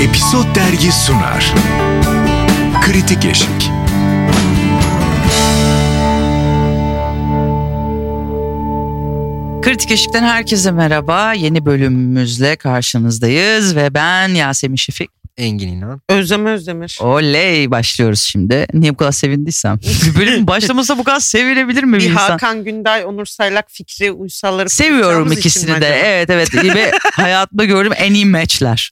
Episod Dergi sunar. Kritik Eşik. Kritik Eşik'ten herkese merhaba. Yeni bölümümüzle karşınızdayız ve ben Yasemin Şefik. Engin İnan. Özlem Özdemir. Oley, başlıyoruz şimdi. Niye bu kadar sevindiysem. Bir bölüm başlaması bu kadar sevilebilir mi bir insan? Hakan Günday, Onur Saylak, Fikri Uysalları seviyorum ikisini de. Evet. Ve hayatımda gördüğüm en iyi matchler.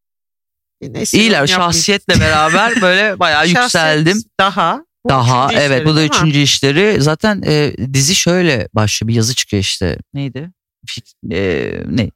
İyiler, şahsiyetle beraber böyle bayağı yükseldim. Daha evet, bu da üçüncü işleri. Zaten dizi şöyle başlıyor, bir yazı çıkıyor işte. Neydi? Ne?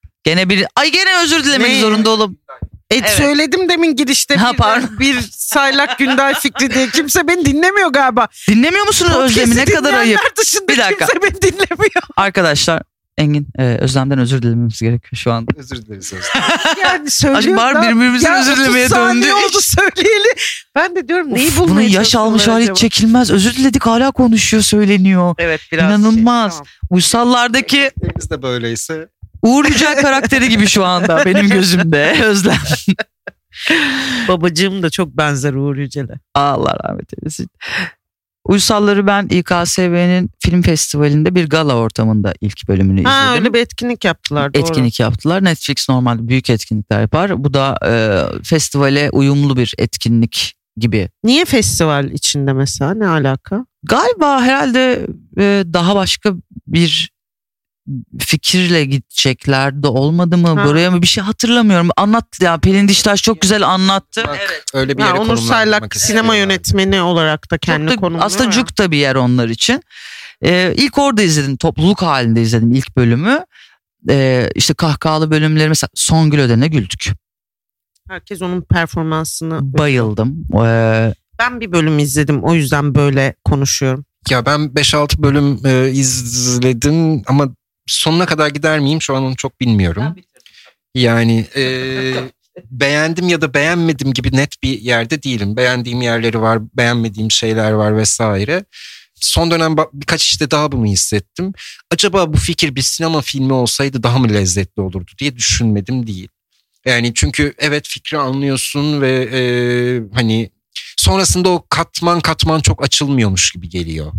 Gene özür dilemek zorunda olup. Evet. Söyledim demin girişte bir Saylak Günday Fikri diye. Kimse beni dinlemiyor galiba. Dinlemiyor musunuz Özlem'i? Ne kadar ayıp. Bir dakika. Kimse beni dinlemiyor. Arkadaşlar, Engin, Özlem'den özür dilememiz gerekiyor şu anda. Özür dileriz. Yani söylüyor da. Birbirimizin özür dilemeye döndü. Oldu söyleyeli. Ben de diyorum neyi bulmaya bunun yaş almış hali hiç çekilmez. Özür diledik, hala konuşuyor, söyleniyor. Evet, biraz İnanılmaz. Tamam. Uysallardaki biz de böyleyse. Uğur Yücel karakteri gibi şu anda benim gözümde Özlem. Babacığım da çok benzer Uğur Yücel'e. Allah rahmet eylesin. Uysalları ben İKSV'nin film festivalinde bir gala ortamında ilk bölümünü izledim. Öyle bir etkinlik yaptılar. Doğru. Etkinlik yaptılar. Netflix normalde büyük etkinlikler yapar. Bu da festivale uyumlu bir etkinlik gibi. Niye festival içinde mesela? Ne alaka? Galiba herhalde daha başka bir fikirle gidecekler de olmadı mı? Buraya mı, bir şey hatırlamıyorum. Anlattı ya, Pelin Diştaş çok güzel anlattı. Bak, evet. Öyle bir yere Onur Saylak sinema yönetmeni olarak da kendi konumunu. Aslında cuk bir yer onlar için. İlk orada izledim. Topluluk halinde izledim ilk bölümü. İşte kahkahalı bölümleri, mesela Songül Öden'e güldük. Herkes onun performansını bayıldım. Ben bir bölüm izledim, o yüzden böyle konuşuyorum. Ya ben 5-6 bölüm izledim ama sonuna kadar gider miyim şu an onu çok bilmiyorum. Yani beğendim ya da beğenmedim gibi net bir yerde değilim. Beğendiğim yerleri var, beğenmediğim şeyler var vesaire. Son dönem birkaç işte daha bunu hissettim. Acaba bu fikir bir sinema filmi olsaydı daha mı lezzetli olurdu diye düşünmedim değil. Yani çünkü evet, fikri anlıyorsun ve hani sonrasında o katman çok açılmıyormuş gibi geliyor.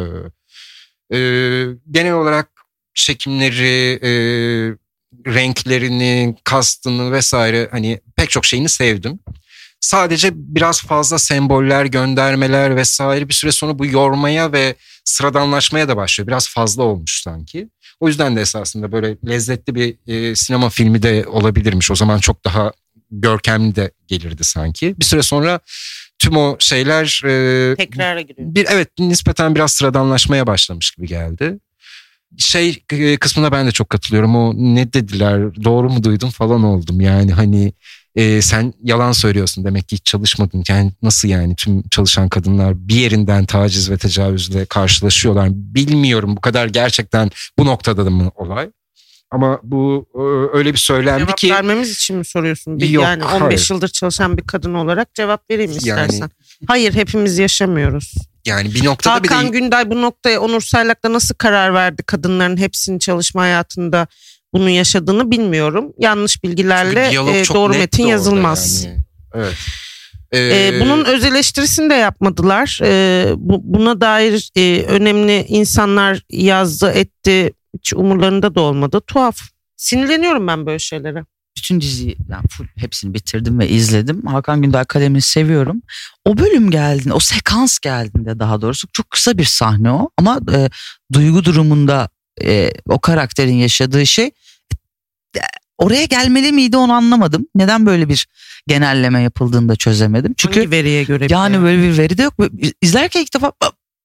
Genel olarak çekimleri, renklerini, kastını vesaire, hani pek çok şeyini sevdim. Sadece biraz fazla semboller, göndermeler vesaire bir süre sonra bu yormaya ve sıradanlaşmaya da başlıyor. Biraz fazla olmuş sanki. O yüzden de esasında böyle lezzetli bir sinema filmi de olabilirmiş. O zaman çok daha görkemli de gelirdi sanki. Bir süre sonra tüm o şeyler tekrara giriyor. Nispeten biraz sıradanlaşmaya başlamış gibi geldi. Kısmına ben de çok katılıyorum. O ne dediler, doğru mu duydum falan oldum. Yani hani sen yalan söylüyorsun, demek ki hiç çalışmadın. Yani nasıl yani, tüm çalışan kadınlar bir yerinden taciz ve tecavüzle karşılaşıyorlar. Bilmiyorum bu kadar gerçekten bu noktada da mı olay? Ama bu öyle bir söylendi ki. Cevap vermemiz için mi soruyorsun? Yok, yani 15 hayır. Yıldır çalışan bir kadın olarak cevap vereyim istersen. Yani, hayır, hepimiz yaşamıyoruz. Yani bir noktada Hakan Günday bu noktaya Onur Saylak'la nasıl karar verdi? Kadınların hepsinin çalışma hayatında bunu yaşadığını bilmiyorum. Yanlış bilgilerle doğru metin yazılmaz. Yani. Evet. Bunun öz eleştirisini de yapmadılar. Buna dair önemli insanlar yazdı, etti. Hiç umurlarında da olmadı. Tuhaf. Sinirleniyorum ben böyle şeylere. Bütün diziyi yani full hepsini bitirdim ve izledim. Hakan Günday kalemini seviyorum. O bölüm geldiğinde, o sekans geldiğinde daha doğrusu, çok kısa bir sahne o. Ama duygu durumunda o karakterin yaşadığı şey oraya gelmeli miydi onu anlamadım. Neden böyle bir genelleme yapıldığını da çözemedim. Çünkü hangi veriye göre? Yani böyle bir veri de yok. İzlerken ilk defa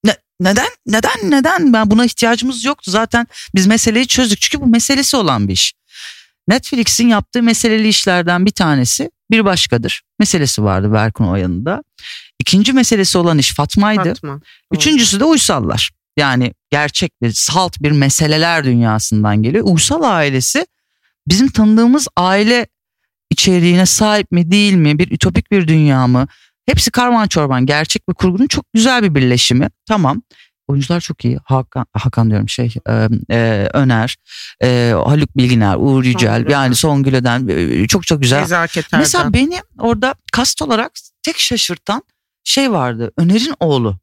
neden ben buna ihtiyacımız yoktu. Zaten biz meseleyi çözdük. Çünkü bu meselesi olan bir iş. Netflix'in yaptığı meseleli işlerden bir tanesi Bir Başkadır meselesi vardı Berkun Oyan'da. İkinci meselesi olan iş Fatma'ydı. Üçüncüsü de Uysallar. Yani gerçek bir, salt bir meseleler dünyasından geliyor. Uysal ailesi bizim tanıdığımız aile içeriğine sahip mi değil mi? Bir ütopik bir dünya mı? Hepsi karman çorban, gerçek bir kurgunun çok güzel bir birleşimi. Tamam. oyuncular çok iyi. Hakan diyorum Öner, Haluk Bilginer, Uğur Yücel, yani Songül Öden, çok güzel. Nezaket Erdem. Mesela beni orada kast olarak tek şaşırtan şey vardı. Öner'in oğlu.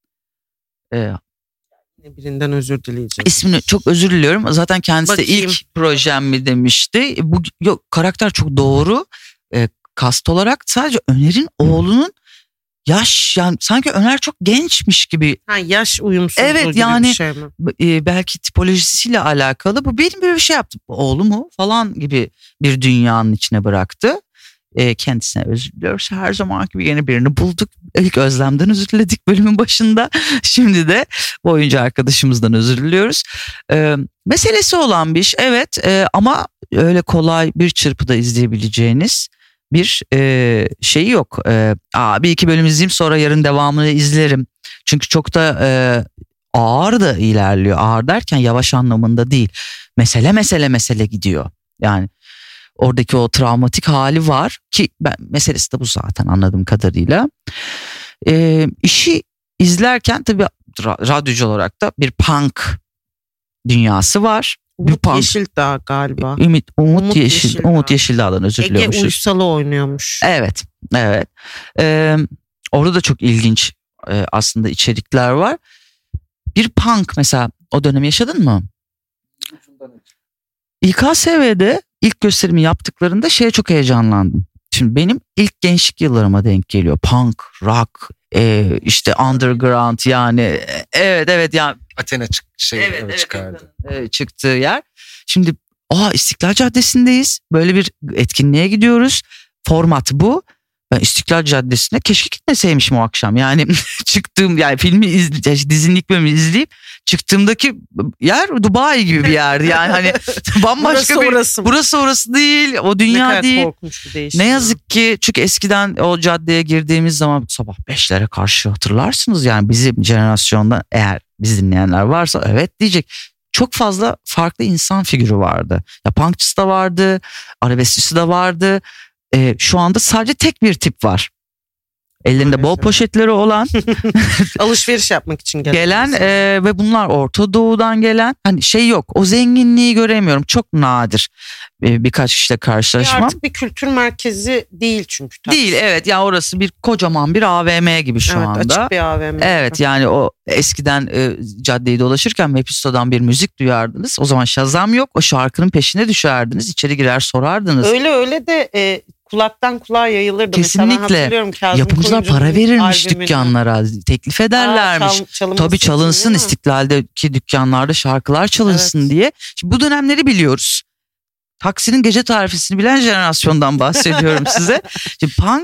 Birinden özür dileyeceğim. İsmini çok özür diliyorum. Zaten kendisi de Bakayım. ilk projem mi demişti. Yok, karakter çok doğru. Kast olarak sadece Öner'in oğlunun yaş, yani sanki Öner çok gençmiş gibi. Yaş uyumsuzluğu Evet, gibi yani bir şey mi? Belki tipolojisiyle alakalı. Bu benim böyle bir şey yaptı. Oğlu mu falan gibi bir dünyanın içine bıraktı. Kendisine özür diliyoruz. Her zaman gibi yeni birini bulduk. İlk Özlem'den özür diledik bölümün başında. Şimdi de bu oyuncu arkadaşımızdan özür diliyoruz. Meselesi olan bir iş, evet, ama öyle kolay bir çırpıda izleyebileceğiniz bir şeyi yok. Bir iki bölüm izleyeyim, sonra yarın devamını izlerim. Çünkü çok da ağır da ilerliyor. Ağır derken yavaş anlamında değil. Mesele gidiyor. Yani oradaki o travmatik hali var ki meselesi de bu zaten anladığım kadarıyla. İşi izlerken tabii radyocu olarak da bir punk dünyası var. Umut Yeşildağ galiba. Umut Yeşildağ'dan özür diliyormuşuz. Ege Uysal'ı oynuyormuş. Evet. Orada da çok ilginç aslında içerikler var. Bir punk mesela, o dönemi yaşadın mı? İKSV'de ilk gösterimi yaptıklarında şeye çok heyecanlandım. Şimdi benim ilk gençlik yıllarıma denk geliyor. Punk, rock, işte underground, yani evet yani. Athena çıkardı. Çıktığı yer. Şimdi İstiklal Caddesi'ndeyiz. Böyle bir etkinliğe gidiyoruz. Format bu. Ben İstiklal Caddesi'ne keşke gitmeseymişim o akşam. Yani çıktığım, yani dizinin ilk bölümünü izleyip çıktığımdaki yer Dubai gibi bir yerdi. Yani hani bambaşka burası orası değil. O dünya değil. Korkunç bir değişim. Ne yazık ki, çünkü eskiden o caddeye girdiğimiz zaman sabah 5'lere karşı hatırlarsınız. Yani bizim jenerasyonda, eğer biz dinleyenler varsa evet diyecek. Çok fazla farklı insan figürü vardı. Ya punkçısı da vardı, arabeskçisi de vardı. Şu anda sadece tek bir tip var. Ellerinde bol poşetleri olan, alışveriş yapmak için gelen ve bunlar Orta Doğu'dan gelen. Hani şey yok, o zenginliği göremiyorum. Çok nadir birkaç kişiyle karşılaşmam. Artık bir kültür merkezi değil çünkü. Değil, evet ya, orası bir kocaman bir AVM gibi şu anda. Evet, açık bir AVM. Evet, yani o eskiden caddeyi dolaşırken Mephisto'dan bir müzik duyardınız. O zaman Shazam yok, o şarkının peşine düşerdiniz, içeri girer sorardınız. Öyle de kulaktan kulağa yayılırdı. Kesinlikle. Yapımcılar para verirmiş dükkanlara. Teklif ederlermiş. Tabii çalınsın, İstiklal'deki dükkanlarda şarkılar çalınsın diye. Şimdi bu dönemleri biliyoruz. Taksinin gece tarifesini bilen jenerasyondan bahsediyorum size. Şimdi punk.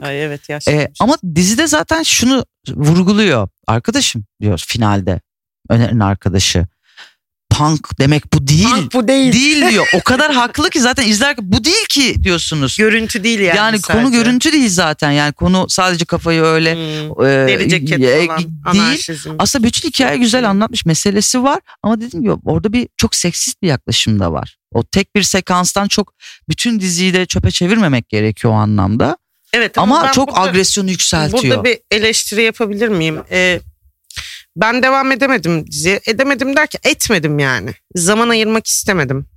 Ama dizide zaten şunu vurguluyor. Arkadaşım diyor finalde. Öner'in arkadaşı. Punk demek bu değil. Punk bu değil. Değil diyor. O kadar haklı ki zaten izlerken bu değil ki diyorsunuz. Görüntü değil yani. Yani sadece. Konu görüntü değil zaten. Yani konu sadece kafayı öyle deri ceket falan, değil. Aslında bütün hikaye güzel anlatmış, meselesi var. Ama dediğim gibi orada bir çok seksist bir yaklaşım da var. O tek bir sekanstan çok bütün diziyi de çöpe çevirmemek gerekiyor o anlamda. Evet, ama çok agresyonu yükseltiyor. Burada bir eleştiri yapabilir miyim? Ben devam edemedim diziye. Edemedim derken etmedim yani. Zaman ayırmak istemedim.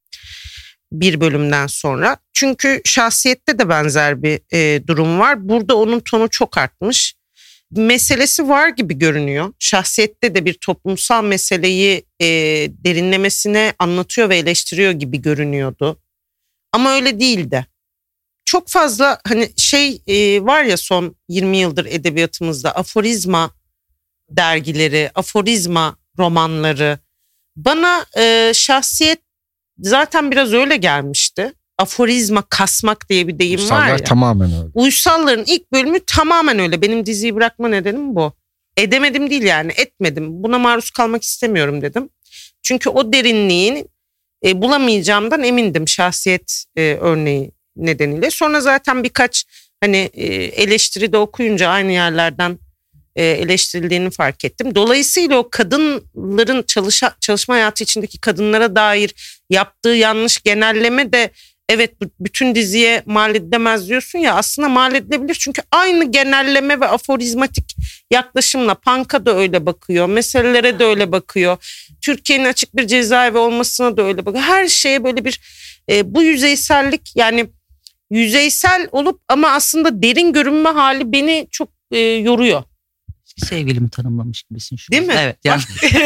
Bir bölümden sonra. Çünkü Şahsiyet'te de benzer bir durum var. Burada onun tonu çok artmış. Meselesi var gibi görünüyor. Şahsiyet'te de bir toplumsal meseleyi derinlemesine anlatıyor ve eleştiriyor gibi görünüyordu. Ama öyle değildi. Çok fazla hani var ya, son 20 yıldır edebiyatımızda aforizma dergileri, aforizma romanları. Bana Şahsiyet zaten biraz öyle gelmişti. Aforizma kasmak diye bir deyim var ya. Tamamen öyle. Uysalların ilk bölümü tamamen öyle. Benim diziyi bırakma nedenim bu. Edemedim değil yani, etmedim. Buna maruz kalmak istemiyorum dedim. Çünkü o derinliğin bulamayacağımdan emindim Şahsiyet örneği nedeniyle. Sonra zaten birkaç eleştiri de okuyunca aynı yerlerden eleştirildiğini fark ettim. Dolayısıyla o kadınların çalışma hayatı içindeki kadınlara dair yaptığı yanlış genelleme de evet bütün diziye mal edilemez diyorsun ya, aslında mal edilebilir. Çünkü aynı genelleme ve aforizmatik yaklaşımla Punk'a da öyle bakıyor. Meselelere de öyle bakıyor. Türkiye'nin açık bir cezaevi olmasına da öyle bakıyor. Her şeye böyle bir bu yüzeysellik, yani yüzeysel olup ama aslında derin görünme hali beni çok yoruyor. Sevgilimi tanımlamış gibisin şu. Değil mi? Evet. Yani.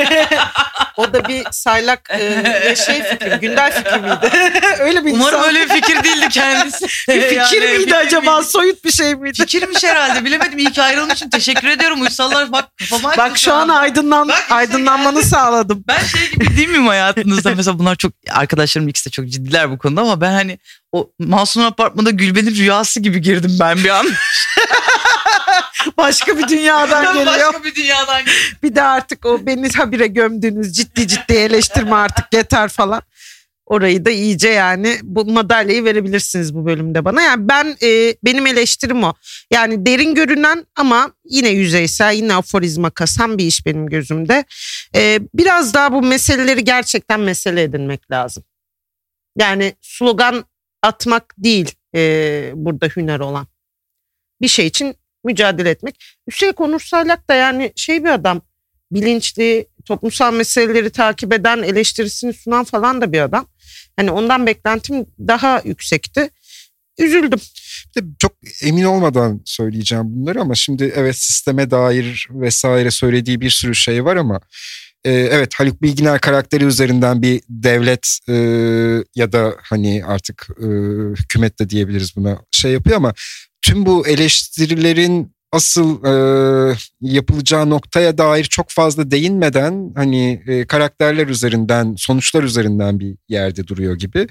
O da bir saylak fikri, Gündel fikri miydi? Öyle bir Umarım insan. öyle bir fikir değildi kendisi. Bir fikir miydi acaba? Miydi? Soyut bir şey miydi? Fikirmiş herhalde, bilemedim. İyi ki ayrılmışım. Teşekkür ediyorum Uysallar. Bak kafama Bak şu an aydınlanmanı sağladım. Ben şey gibi değil miyim hayatınızda? Mesela bunlar çok, arkadaşlarım ikisi de çok ciddiler bu konuda ama ben hani o Masum Apartman'da Gülben'in rüyası gibi girdim ben bir an. Başka bir dünyadan geliyor. Başka bir dünyadan geliyor. Bir de artık o beni habire gömdüğünüz ciddi eleştirme artık yeter falan. Orayı da iyice, yani bu madalyayı verebilirsiniz bu bölümde bana. Yani benim eleştirim o. Yani derin görünen ama yine yüzeysel, yine aforizma kasan bir iş benim gözümde. Biraz daha bu meseleleri gerçekten mesele edinmek lazım. Yani slogan atmak değil burada hüner olan. Bir şey için mücadele etmek. Üstelik Onur Saylak da yani bir adam, bilinçli, toplumsal meseleleri takip eden, eleştirisini sunan falan da bir adam. Hani ondan beklentim daha yüksekti. Üzüldüm. Çok emin olmadan söyleyeceğim bunları ama şimdi evet, sisteme dair vesaire söylediği bir sürü şey var ama evet, Haluk Bilginer karakteri üzerinden bir devlet ya da hani artık hükümet de diyebiliriz buna, yapıyor ama tüm bu eleştirilerin asıl yapılacağı noktaya dair çok fazla değinmeden hani karakterler üzerinden, sonuçlar üzerinden bir yerde duruyor gibi.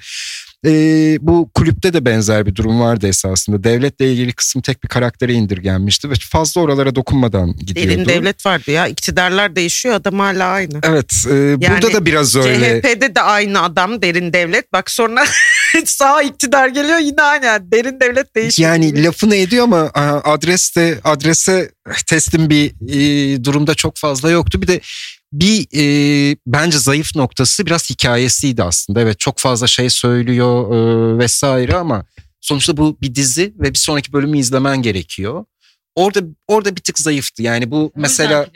Bu kulüpte de benzer bir durum vardı esasında. Devletle ilgili kısım tek bir karaktere indirgenmişti ve fazla oralara dokunmadan gidiyordu. Derin devlet vardı ya. İktidarlar değişiyor, adam hala aynı. Evet, burada da biraz öyle. CHP'de de aynı adam, derin devlet. Bak sonra sağ iktidar geliyor, yine aynı. Yani derin devlet değişiyor. Yani lafını ediyor ama adrese teslim bir durumda çok fazla yoktu. Bir de bence zayıf noktası biraz hikayesiydi aslında. Evet, çok fazla şey söylüyor vesaire ama sonuçta bu bir dizi ve bir sonraki bölümü izlemen gerekiyor. Orada bir tık zayıftı. Yani bu mesela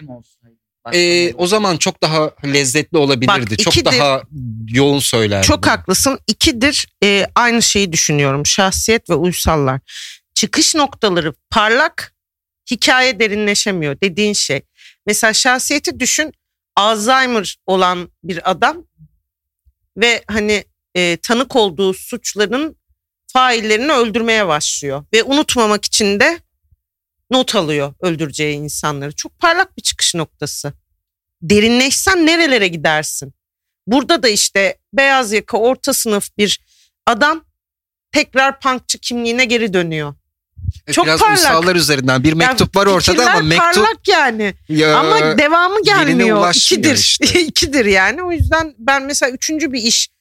o zaman çok daha lezzetli olabilirdi. Bak, çok daha yoğun söylerdi. Çok haklısın. İkidir aynı şeyi düşünüyorum. Şahsiyet ve uysallar. Çıkış noktaları parlak, hikaye derinleşemiyor dediğin şey. Mesela şahsiyeti düşün. Alzheimer olan bir adam ve hani tanık olduğu suçların faillerini öldürmeye başlıyor. Ve unutmamak için de not alıyor öldüreceği insanları. Çok parlak bir çıkış noktası. Derinleşsen nerelere gidersin? Burada da işte beyaz yaka, orta sınıf bir adam tekrar punkçı kimliğine geri dönüyor. Çok biraz parlak. uysallar üzerinden bir mektup var ortada ama mektup parlak yani. Ama devamı gelmiyor. İkidir. İkidir yani. O yüzden ben mesela üçüncü bir iş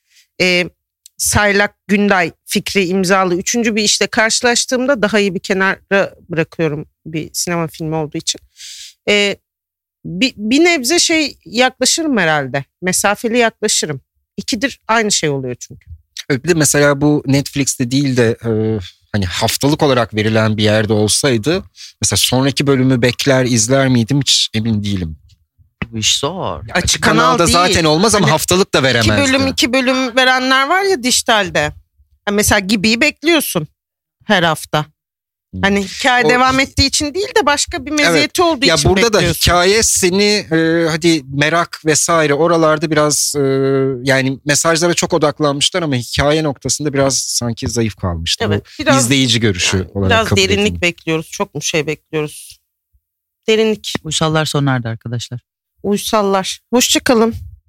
Saylak Günday fikri imzalı üçüncü bir işle karşılaştığımda daha iyi bir kenara bırakıyorum, bir sinema filmi olduğu için. Bir nebze yaklaşırım herhalde. Mesafeli yaklaşırım. İkidir aynı şey oluyor çünkü. Bir de mesela bu Netflix'te değil de hani haftalık olarak verilen bir yerde olsaydı mesela sonraki bölümü bekler izler miydim hiç emin değilim. Bu iş zor. Açık kanalda değil. Zaten olmaz ama hani haftalık da veremezdi. 2 bölüm verenler var ya dijitalde. Mesela Gibi'yi bekliyorsun her hafta. Hani hikaye devam ettiği için değil de başka bir meziyeti olduğu için bekliyorsun. Ya burada da hikaye seni hadi merak vesaire oralarda biraz yani mesajlara çok odaklanmışlar ama hikaye noktasında biraz sanki zayıf kalmıştı. Evet, biraz, izleyici görüşü olarak biraz kabul derinlik edeyim. bekliyoruz. Çok mu bekliyoruz? Derinlik. Uysallar sona erdi arkadaşlar. Uysallar. Hoşça kalın.